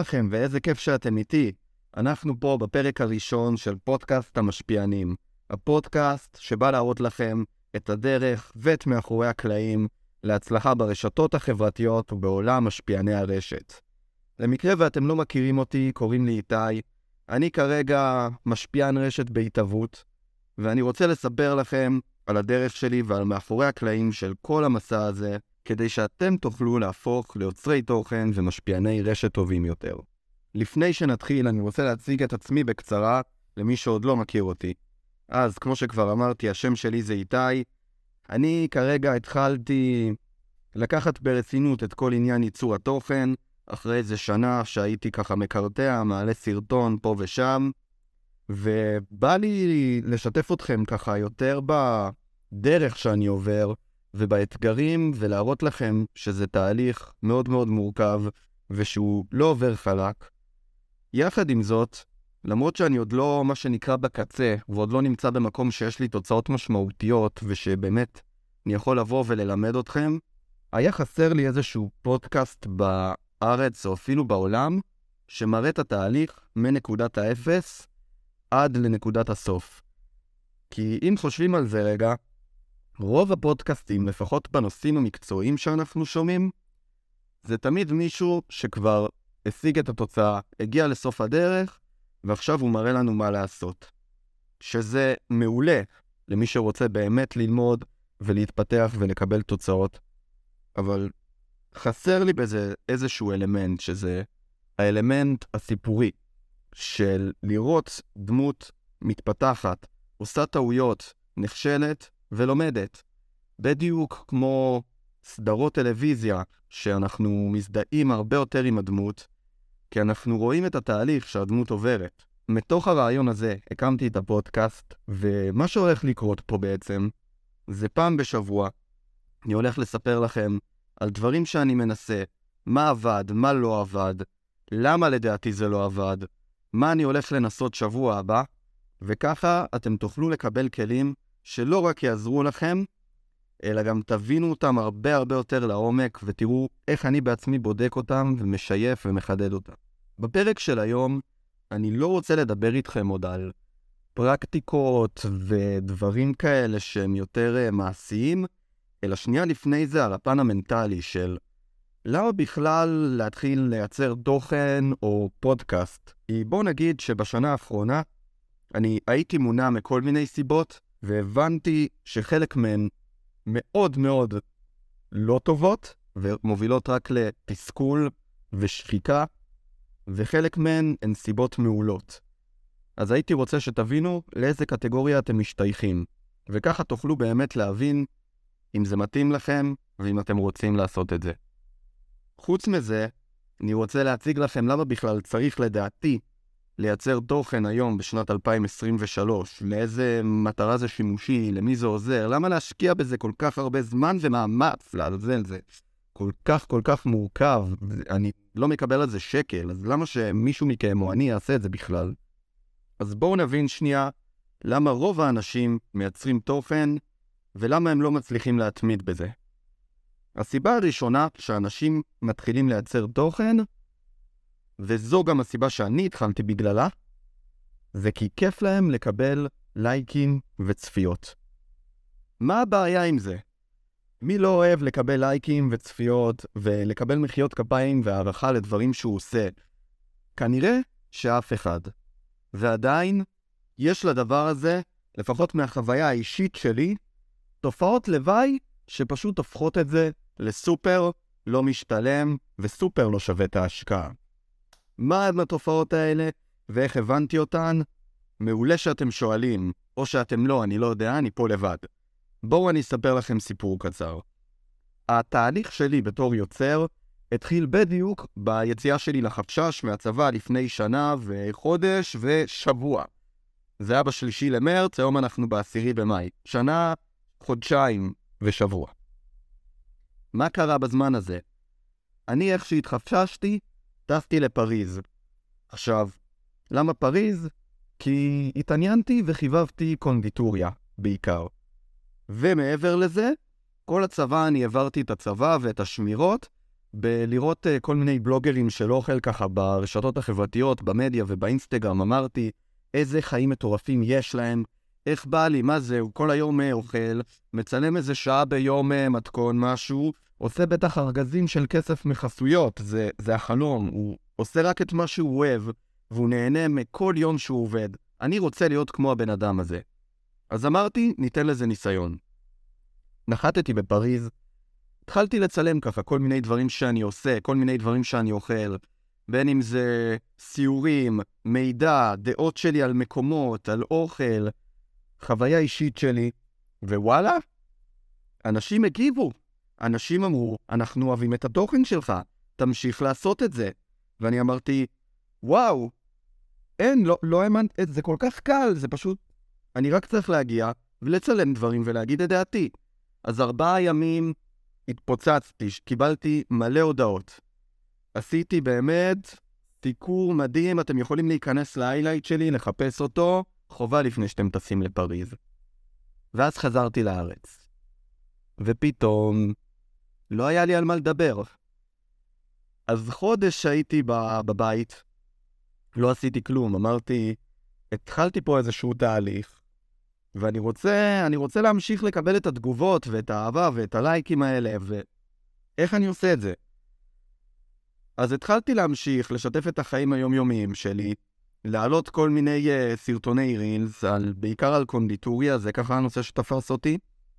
לכם ואיזה כיף שאתם איתי. אנחנו פה בפרק הראשון של פודקאסט המשפיענים. הפודקאסט שבא להראות לכם את הדרך ואת מאחורי הקלעים להצלחה ברשתות החברתיות ובעולם משפיעני הרשת. למקרה ואתם לא מכירים אותי, קוראים לי איתי. אני כרגע משפיען רשת בהתהוות, ואני רוצה לספר לכם על הדרך שלי ועל מאחורי הקלעים של כל המסע הזה, כדי שאתם תוכלו להפוך ליוצרי תוכן ומשפיעני רשת טובים יותר. לפני שנתחיל, אני רוצה להציג את עצמי בקצרה למי שעוד לא מכיר אותי. אז, כמו שכבר אמרתי, השם שלי זה איתי. אני כרגע התחלתי לקחת ברצינות את כל עניין ייצור התוכן, אחרי איזה שנה שהייתי ככה מקרטע, מעלה סרטון פה ושם, ובא לי לשתף אתכם ככה יותר בדרך שאני עובר, ובאתגרים, ולהראות לכם שזה תהליך מאוד מאוד מורכב, ושהוא לא עובר חלק. יחד עם זאת, למרות שאני עוד לא מה שנקרא בקצה, ועוד לא נמצא במקום שיש לי תוצאות משמעותיות, ושבאמת אני יכול לבוא וללמד אתכם, היה חסר לי איזשהו פודקאסט בארץ או אפילו בעולם, שמראה את התהליך מנקודת האפס עד לנקודת הסוף. כי אם חושבים על זה רגע, רוב הפודקאסטים, לפחות בנושאים המקצועיים שאנחנו שומעים, זה תמיד מישהו שכבר השיג את התוצאה, הגיע לסוף הדרך, ועכשיו הוא מראה לנו מה לעשות. שזה מעולה למי שרוצה באמת ללמוד ולהתפתח ולקבל תוצאות. אבל חסר לי בזה איזשהו אלמנט, שזה האלמנט הסיפורי, של לראות דמות מתפתחת, עושה טעויות, נכשלת ולומדת. בדיוק כמו סדרות טלוויזיה, שאנחנו מזדהים הרבה יותר עם הדמות, כי אנחנו רואים את התהליך שהדמות עוברת. מתוך הרעיון הזה הקמתי את הפודקאסט, ומה שהולך לקרות פה בעצם, זה פעם בשבוע, אני הולך לספר לכם על דברים שאני מנסה, מה עבד, מה לא עבד, למה לדעתי זה לא עבד, מה אני הולך לנסות שבוע הבא, וככה אתם תוכלו לקבל כלים שלא רק יעזרו לכם, אלא גם תבינו אותם הרבה הרבה יותר לעומק, ותראו איך אני בעצמי בודק אותם ומשייף ומחדד אותם. בפרק של היום, אני לא רוצה לדבר איתכם עוד על פרקטיקות ודברים כאלה שהם יותר מעשיים, אלא שנייה לפני זה על הפן המנטלי של למה בכלל להתחיל לייצר תוכן או פודקאסט. כי בוא נגיד שבשנה האחרונה אני הייתי מונע מכל מיני סיבות, והבנתי שחלק מהן מאוד מאוד לא טובות, ומובילות רק לתסכול ושחיקה, וחלק מהן הן סיבות מעולות. אז הייתי רוצה שתבינו לאיזה קטגוריה אתם משתייכים, וככה תוכלו באמת להבין אם זה מתאים לכם, ואם אתם רוצים לעשות את זה. חוץ מזה, אני רוצה להציג לכם למה בכלל צריך לדעתי לייצר תוכן היום בשנת 2023, לאיזה מטרה זה שימושי, למי זה עוזר, למה להשקיע בזה כל כך הרבה זמן ומאמץ, לעזל זה כל כך מורכב, אני לא מקבל על זה שקל, אז למה שמישהו מכם או אני יעשה את זה בכלל? אז בואו נבין שנייה למה רוב האנשים מייצרים תוכן, ולמה הם לא מצליחים להתמיד בזה. הסיבה הראשונה שאנשים מתחילים לייצר תוכן, וזו גם הסיבה שאני התחלתי בגללה, זה כי כיף להם לקבל לייקים וצפיות. מה הבעיה עם זה? מי לא אוהב לקבל לייקים וצפיות, ולקבל מחיאות כפיים והערכה לדברים שהוא עושה? כנראה שאף אחד. ועדיין, יש לדבר הזה, לפחות מהחוויה האישית שלי, תופעות לוואי שפשוט הופכות את זה לסופר לא משתלם וסופר לא שווה את ההשקעה. מה הן התופעות האלה ואיך הבנתי אותן? מעולה שאתם שואלים, או שאתם לא, אני לא יודע, אני פה לבד. בואו אני אספר לכם סיפור קצר. התהליך שלי בתור יוצר התחיל בדיוק ביציאה שלי לחפשש מהצבא לפני שנה וחודש ושבוע. זה היה ב3 למרץ, היום אנחנו ב10 במאי. שנה, חודשיים ושבוע. מה קרה בזמן הזה? אני איך שהתחפששתי, טסתי לפריז. עכשיו, למה פריז? כי התעניינתי וחיבבתי קונדיטוריה, בעיקר. ומעבר לזה, כל הצבא אני העברתי את הצבא ואת השמירות בלראות כל מיני בלוגרים של אוכל ככה ברשתות החברתיות, במדיה ובאינסטגרם, אמרתי, איזה חיים מטורפים יש להם, איך בא לי, מה זה, הוא כל היום אוכל, מצלם איזה שעה ביום מתכון משהו, עושה בטח ארגזים של כסף מחסויות, זה החלום, הוא עושה רק את מה שהוא אוהב, והוא נהנה מכל יום שהוא עובד. אני רוצה להיות כמו הבן אדם הזה. אז אמרתי, ניתן לזה ניסיון. נחתתי בפריז, התחלתי לצלם ככה כל מיני דברים שאני עושה, כל מיני דברים שאני אוכל, בין אם זה סיורים, מידע, דעות שלי על מקומות, על אוכל, חוויה אישית שלי, ווואלה, אנשים הגיבו. אנשים אמרו, אנחנו אוהבים את התוכן שלך, תמשיך לעשות את זה. ואני אמרתי, וואו, אין, לא האמנתי, זה כל כך קל, זה פשוט, אני רק צריך להגיע ולצלם דברים ולהגיד את דעתי. אז 4 ימים התפוצצתי, קיבלתי מלא הודעות. עשיתי באמת סיקור מדהים, אתם יכולים להיכנס להיילייט שלי, לחפש אותו, חובה לפני שאתם טסים לפריז. ואז חזרתי לארץ. ופתאום לא היה לי על מה לדבר. אז חודש הייתי בבית, לא עשיתי כלום, אמרתי, התחלתי פה איזשהו תהליך, ואני רוצה להמשיך לקבל את התגובות ואת האהבה ואת הלייקים האלה, ואיך אני עושה את זה? אז התחלתי להמשיך לשתף את החיים היומיומיים שלי, להעלות כל מיני סרטוני רילס, בעיקר על קונדיטוריה, זה ככה הנושא שתפס אותי.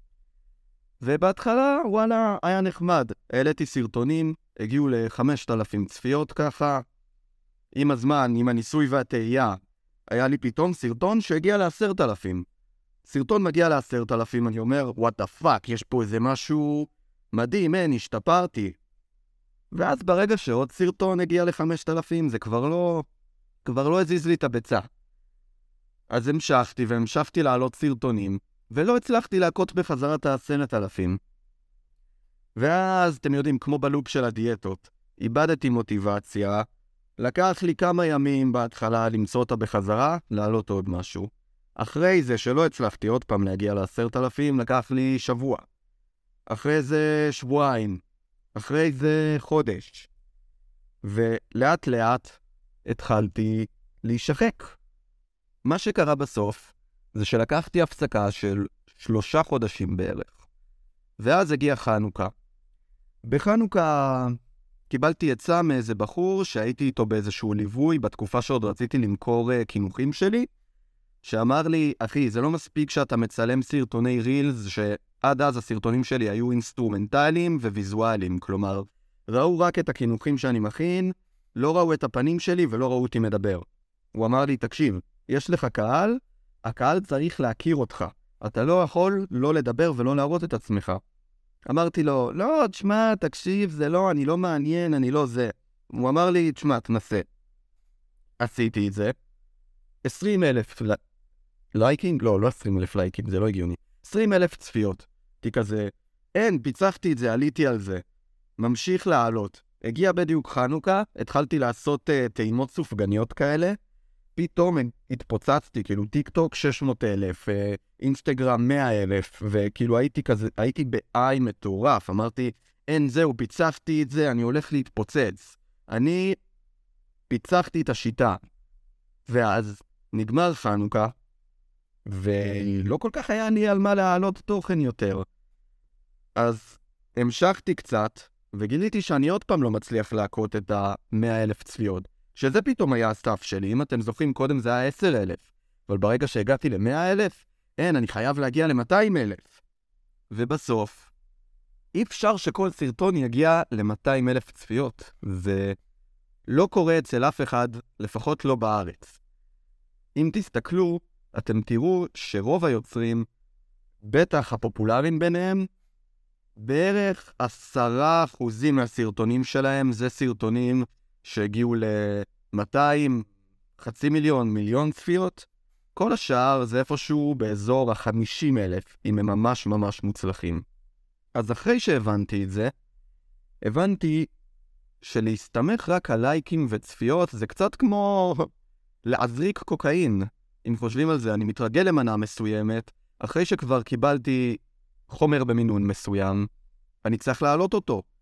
ובהתחלה, וואלה, היה נחמד. העליתי סרטונים, הגיעו ל5,000 צפיות ככה. עם הזמן, עם הניסוי והתאייה, היה לי פתאום סרטון שהגיע ל10,000. סרטון מגיע ל10,000, אני אומר, what the fuck, יש פה איזה משהו מדהים, השתפרתי. ואז ברגע שעוד סרטון הגיע ל5,000, זה כבר לא הזיז לי את הביצה. אז המשכתי לעלות סרטונים, ולא הצלחתי להכות בחזרה את 10,000. ואז, אתם יודעים, כמו בלופ של הדיאטות, איבדתי מוטיבציה, לקח לי כמה ימים בהתחלה למצוא אותה בחזרה, לעלות עוד משהו. אחרי זה שלא הצלחתי עוד פעם להגיע ל10,000, לקח לי שבוע. אחרי זה שבועיים. אחרי זה חודש. ולאט לאט התחלתי להישחק. מה שקרה בסוף זה שלקחתי הפסקה של 3 חודשים בערך. ואז הגיע חנוכה. בחנוכה קיבלתי עצה מאיזה בחור שהייתי איתו באיזשהו ליווי בתקופה שעוד רציתי למכור קינוחים שלי, שאמר לי, אחי, זה לא מספיק שאתה מצלם סרטוני רילס, שעד אז הסרטונים שלי היו אינסטרומנטליים וויזואליים, כלומר, ראו רק את הקינוחים שאני מכין, לא ראו את הפנים שלי ולא ראו אותי מדבר. הוא אמר לי, תקשיב, יש לך קהל, הקהל צריך להכיר אותך. אתה לא יכול לא לדבר ולא להראות את עצמך. אמרתי לו, לא, תשמע, תקשיב, זה לא, אני לא מעניין, אני לא זה. הוא אמר לי, תשמע, תנסה. עשיתי את זה. 20,000 לייקים? לא 20,000 לייקים, זה לא הגיוני. 20,000 צפיות. כזה, פיצחתי את זה, עליתי על זה. ממשיך לעלות. הגיע בדיוק חנוכה, התחלתי לעשות טעימות סופגניות כאלה. פתאום התפוצצתי, כאילו טיק טוק 600,000, אינסטגרם 100,000, וכאילו הייתי בעי מטורף. אמרתי, זהו, פיצחתי את זה, אני הולך להתפוצץ. אני פיצחתי את השיטה. ואז נגמר חנוכה, ולא כל כך היה לי על מה להעלות תוכן יותר. אז המשכתי קצת, וגיליתי שאני עוד פעם לא מצליח להכות את 100,000 צפיות. שזה פתאום היה הסף שלי. אם אתם זוכרים, קודם זה היה 10,000. אבל ברגע שהגעתי ל100,000, אני חייב להגיע ל200,000. ובסוף, אי אפשר שכל סרטון יגיע ל200,000 צפיות. זה לא קורה אצל אף אחד, לפחות לא בארץ. אם תסתכלו, אתם תראו שרוב היוצרים, בטח הפופולריים ביניהם, בערך 10% מהסרטונים שלהם זה סרטונים שהגיעו ל200, 500,000, מיליון צפיות. כל השאר זה איפשהו באזור 50,000, אם הם ממש ממש מוצלחים. אז אחרי שהבנתי את זה, הבנתי שלהסתמך רק על לייקים וצפיות זה קצת כמו להזריק קוקאין. אם חושבים על זה, אני מתרגל למנה מסוימת, אחרי שכבר קיבלתי חומר במינון מסוים, אני צריך להעלות אותו.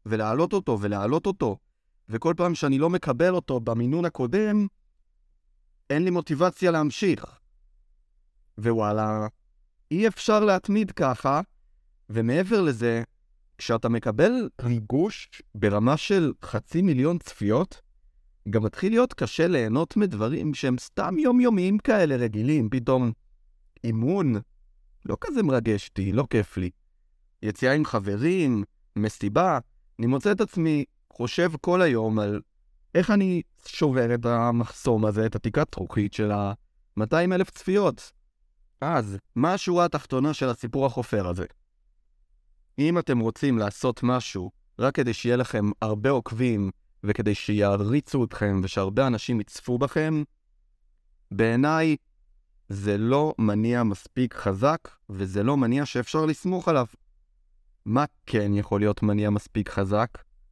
ולהעלות אותו ולהעלות אותו, וכל פעם שאני לא מקבל אותו במינון הקודם, אין לי מוטיבציה להמשיך. ווואלה, אי אפשר להתמיד ככה, ומעבר לזה, כשאתה מקבל ריגוש ברמה של 500,000 צפיות, גם מתחיל להיות קשה ליהנות מדברים שהם סתם יומיומיים כאלה רגילים, פתאום אימון, לא כזה מרגש אותי, לא כיף לי. יציאה עם חברים, מסיבה, אני מוצא את עצמי חושב כל היום על איך אני שובר את המחסום הזה, את התקרת זכוכית של 200,000 צפיות. אז, מה השורה התחתונה של הסיפור החופר הזה? אם אתם רוצים לעשות משהו רק כדי שיהיה לכם הרבה עוקבים וכדי שיעריצו אתכם ושהרבה אנשים יצפו בכם, בעיניי זה לא מניע מספיק חזק וזה לא מניע שאפשר לסמוך עליו. מה כן יכול להיות מניע מספיק חזק?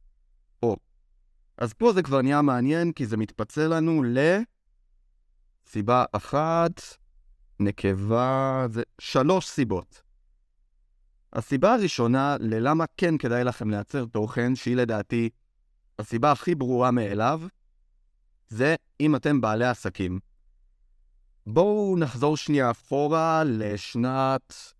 אז פה זה כבר נהיה מעניין כי זה מתפצל לנו לסיבה אחת, נקבה, זה 3 סיבות. הסיבה הראשונה ללמה כן כדאי לכם לייצר תוכן, שהיא לדעתי הסיבה הכי ברורה מאליו, זה אם אתם בעלי עסקים. בואו נחזור שנייה אחורה לשנת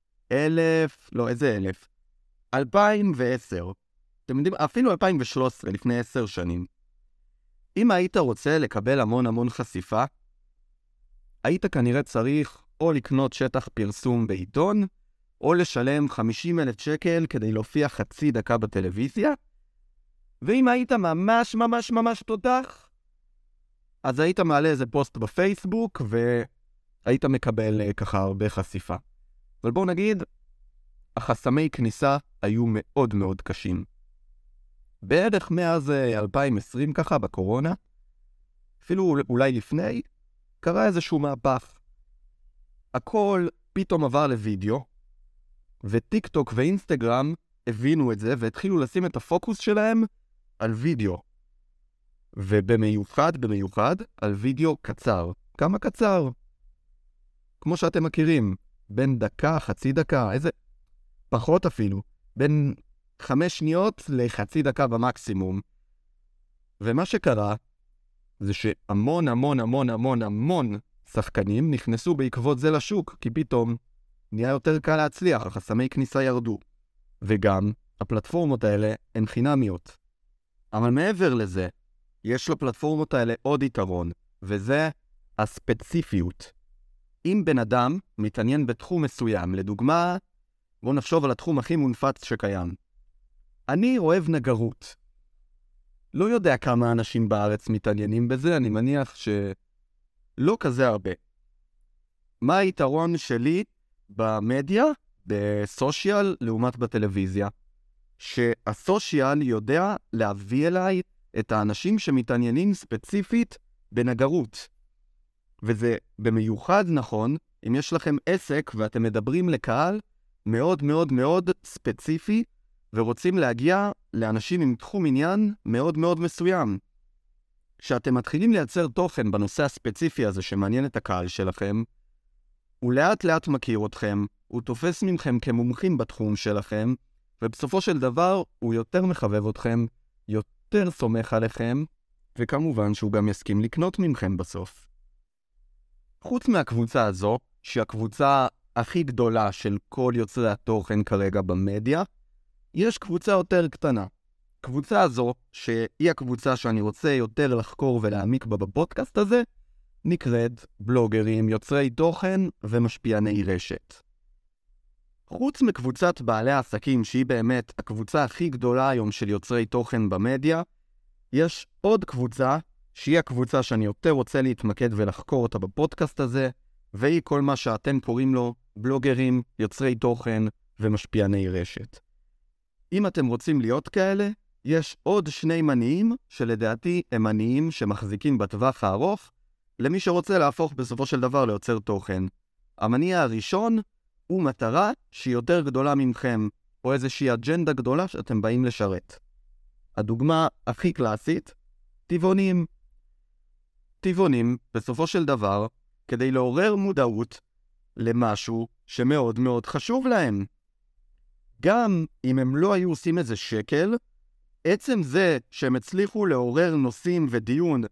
2010. אתם יודעים, אפילו 2013, לפני 10 שנים. אם היית רוצה לקבל המון חשיפה, היית כנראה צריך או לקנות שטח פרסום בעיתון, או לשלם 50,000 שקל כדי להופיע חצי דקה בטלוויזיה, ואם היית ממש תותח, אז היית מעלה איזה פוסט בפייסבוק, והיית מקבל ככה הרבה חשיפה. אבל בואו נגיד, החסמי כניסה היו מאוד קשים. בערך מאז 2020 ככה, בקורונה, אפילו אולי לפני, קרה איזשהו מהפך. הכל פתאום עבר לוידאו, וטיק טוק ואינסטגרם הבינו את זה, והתחילו לשים את הפוקוס שלהם על וידאו. ובמיוחד על וידאו קצר. כמה קצר? כמו שאתם מכירים, בין דקה, חצי דקה, פחות אפילו, בין 5 שניות לחצי דקה במקסימום. ומה שקרה, זה שהמון שחקנים נכנסו בעקבות זה לשוק, כי פתאום נהיה יותר קל להצליח, החסמי כניסה ירדו. וגם, הפלטפורמות האלה הן חינמיות. אבל מעבר לזה, יש לפלטפורמות האלה עוד יתרון, וזה הספציפיות. אם בן אדם מתעניין בתחום מסוים, לדוגמה, בואו נחשוב על התחום הכי מונפץ שקיים. אני אוהב נגרות. לא יודע כמה אנשים בארץ מתעניינים בזה, אני מניח שלא כזה הרבה. מה היתרון שלי במדיה, בסושיאל, לעומת בטלוויזיה? שהסושיאל יודע להביא אליי את האנשים שמתעניינים ספציפית בנגרות. וזה במיוחד נכון אם יש לכם עסק ואתם מדברים לקהל מאוד ספציפי, ורוצים להגיע לאנשים עם תחום עניין מאוד מסוים. כשאתם מתחילים לייצר תוכן בנושא הספציפי הזה שמעניין את הקהל שלכם, הוא לאט מכיר אתכם, הוא תופס ממכם כמומחים בתחום שלכם, ובסופו של דבר הוא יותר מחבב אתכם, יותר סומך עליכם, וכמובן שהוא גם יסכים לקנות ממכם בסוף. חוץ מהקבוצה הזו, שהיא הקבוצה הכי גדולה של כל יוצרי התוכן כרגע במדיה, יש קבוצה יותר קטנה. קבוצה הזו, שהיא הקבוצה שאני רוצה יותר לחקור ולהעמיק בה בפודקאסט הזה, נקראת בלוגרים, יוצרי תוכן ומשפיעני רשת. חוץ מקבוצת בעלי העסקים, שהיא באמת הקבוצה הכי גדולה היום של יוצרי תוכן במדיה, יש עוד קבוצה, שהיא הקבוצה שאני יותר רוצה להתמקד ולחקור אותה בפודקאסט הזה, והיא כל מה שאתם קוראים לו בלוגרים, יוצרי תוכן ומשפיעני רשת. אם אתם רוצים להיות כאלה, יש עוד 2 מניעים שלדעתי הם מניעים שמחזיקים בטווח הארוך, למי שרוצה להפוך בסופו של דבר ליוצר תוכן. המניע הראשון הוא מטרה שהיא יותר גדולה ממכם, או איזושהי אג'נדה גדולה שאתם באים לשרת. הדוגמה הכי קלאסית, טבעונים. טבעונים, בסופו של דבר, כדי לעורר מודעות למשהו שמאוד חשוב להם. גם אם הם לא היו עושים איזה שקל, עצם זה שהם הצליחו לעורר נושאים ודיון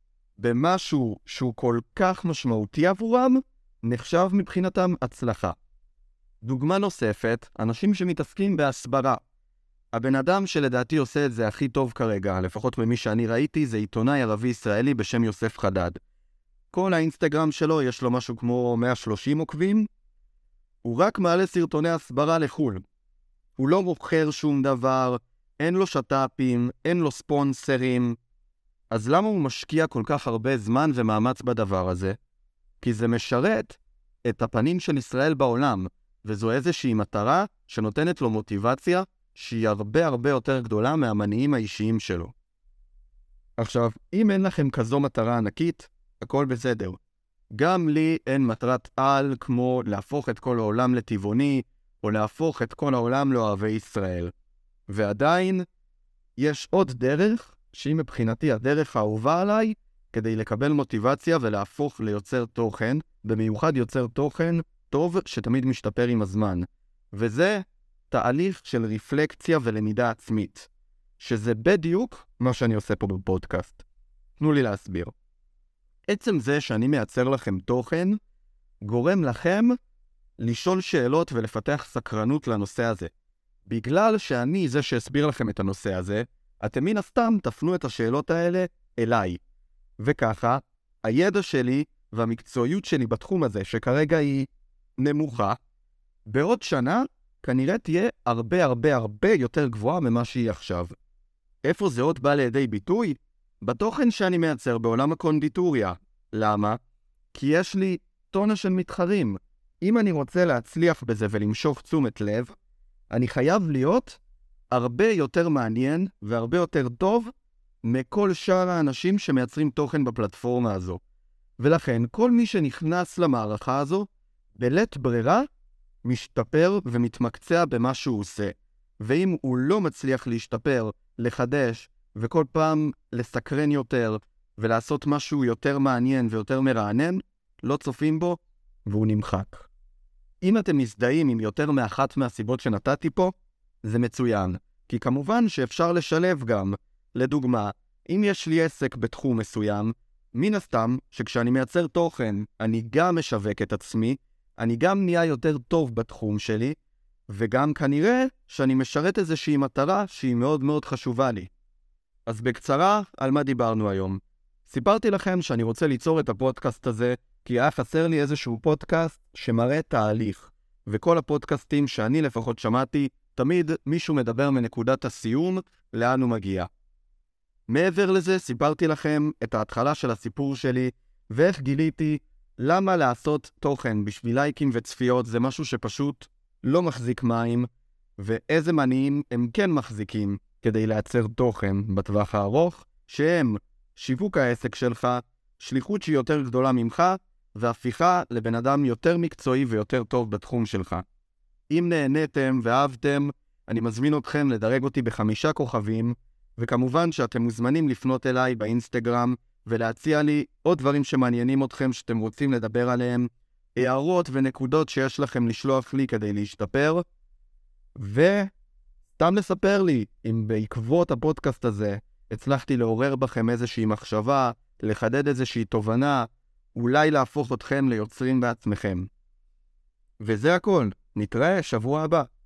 במשהו שהוא כל כך משמעותי עבורם, נחשב מבחינתם הצלחה. דוגמה נוספת, אנשים שמתעסקים בהסברה. הבן אדם שלדעתי עושה את זה הכי טוב כרגע, לפחות ממי שאני ראיתי, זה עיתונאי ערבי ישראלי בשם יוסף חדד. כל האינסטגרם שלו יש לו משהו כמו 130 עוקבים. הוא רק מעלה סרטוני הסברה לחול. הוא לא מוכר שום דבר, אין לו שטאפים, אין לו ספונסרים. אז למה הוא משקיע כל כך הרבה זמן ומאמץ בדבר הזה? כי זה משרת את הפנים של ישראל בעולם, וזו איזושהי מטרה שנותנת לו מוטיבציה שהיא הרבה הרבה יותר גדולה מהמניעים האישיים שלו. עכשיו, אם אין לכם כזו מטרה ענקית, הכל בסדר. גם לי אין מטרת על כמו להפוך את כל העולם לטבעוני, או להפוך את כל העולם לאוהבי ישראל. ועדיין, יש עוד דרך, שהיא מבחינתי הדרך האהובה עליי, כדי לקבל מוטיבציה ולהפוך ליוצר תוכן, במיוחד יוצר תוכן טוב שתמיד משתפר עם הזמן. וזה תהליך של רפלקציה ולמידה עצמית, שזה בדיוק מה שאני עושה פה בפודקאסט. תנו לי להסביר. עצם זה שאני מייצר לכם תוכן, גורם לכם לשאול שאלות ולפתח סקרנות לנושא הזה. בגלל שאני זה שהסביר לכם את הנושא הזה, אתם מן הסתם תפנו את השאלות האלה אליי. וככה, הידע שלי והמקצועיות שלי בתחום הזה, שכרגע היא נמוכה, בעוד שנה כנראה תהיה הרבה הרבה הרבה יותר גבוהה ממה שהיא עכשיו. איפה זה עוד בא לידי ביטוי? בתוכן שאני מייצר בעולם הקונדיטוריה. למה? כי יש לי טונה של מתחרים. אם אני רוצה להצליח בזה ולמשוך תשומת לב, אני חייב להיות הרבה יותר מעניין והרבה יותר טוב מכל שאר האנשים שמייצרים תוכן בפלטפורמה הזו. ולכן כל מי שנכנס למערכה הזו, בלית ברירה, משתפר ומתמקצע במה שהוא עושה. ואם הוא לא מצליח להשתפר, לחדש, וכל פעם לסקרן יותר, ולעשות משהו יותר מעניין ויותר מרענן, לא צופים בו, והוא נמחק. אם אתם מזדהים עם יותר מאחת מהסיבות שנתתי פה, זה מצוין. כי כמובן שאפשר לשלב גם. לדוגמה, אם יש לי עסק בתחום מסוים, מן הסתם שכשאני מייצר תוכן, אני גם משווק את עצמי, אני גם נהיה יותר טוב בתחום שלי, וגם כנראה שאני משרת איזושהי מטרה שהיא מאוד מאוד חשובה לי. אז בקצרה, על מה דיברנו היום? סיפרתי לכם שאני רוצה ליצור את הפודקאסט הזה, כי היה חסר לי איזשהו פודקאסט שמראה תהליך. וכל הפודקאסטים שאני לפחות שמעתי, תמיד מישהו מדבר מנקודת הסיום, לאן הוא מגיע. מעבר לזה, סיפרתי לכם את ההתחלה של הסיפור שלי, ואיך גיליתי למה לעשות תוכן בשביל לייקים וצפיות זה משהו שפשוט לא מחזיק מים, ואיזה מניעים הם כן מחזיקים כדי לייצר תוכן בטווח הארוך, שהם שיווק העסק שלך, שליחות שהיא יותר גדולה ממך, והפיכה לבן אדם יותר מקצועי ויותר טוב בתחום שלך. אם נהניתם ואהבתם, אני מזמין אתכם לדרג אותי ב5 כוכבים, וכמובן שאתם מוזמנים לפנות אליי באינסטגרם, ולהציע לי עוד דברים שמעניינים אתכם שאתם רוצים לדבר עליהם, הערות ונקודות שיש לכם לשלוח לי כדי להשתפר, וסתם לספר לי אם בעקבות הפודקאסט הזה הצלחתי לעורר בכם איזושהי מחשבה, לחדד איזושהי תובנה, אולי להפוך אתכם ליוצרים בעצמכם. וזה הכל, נתראה שבוע הבא.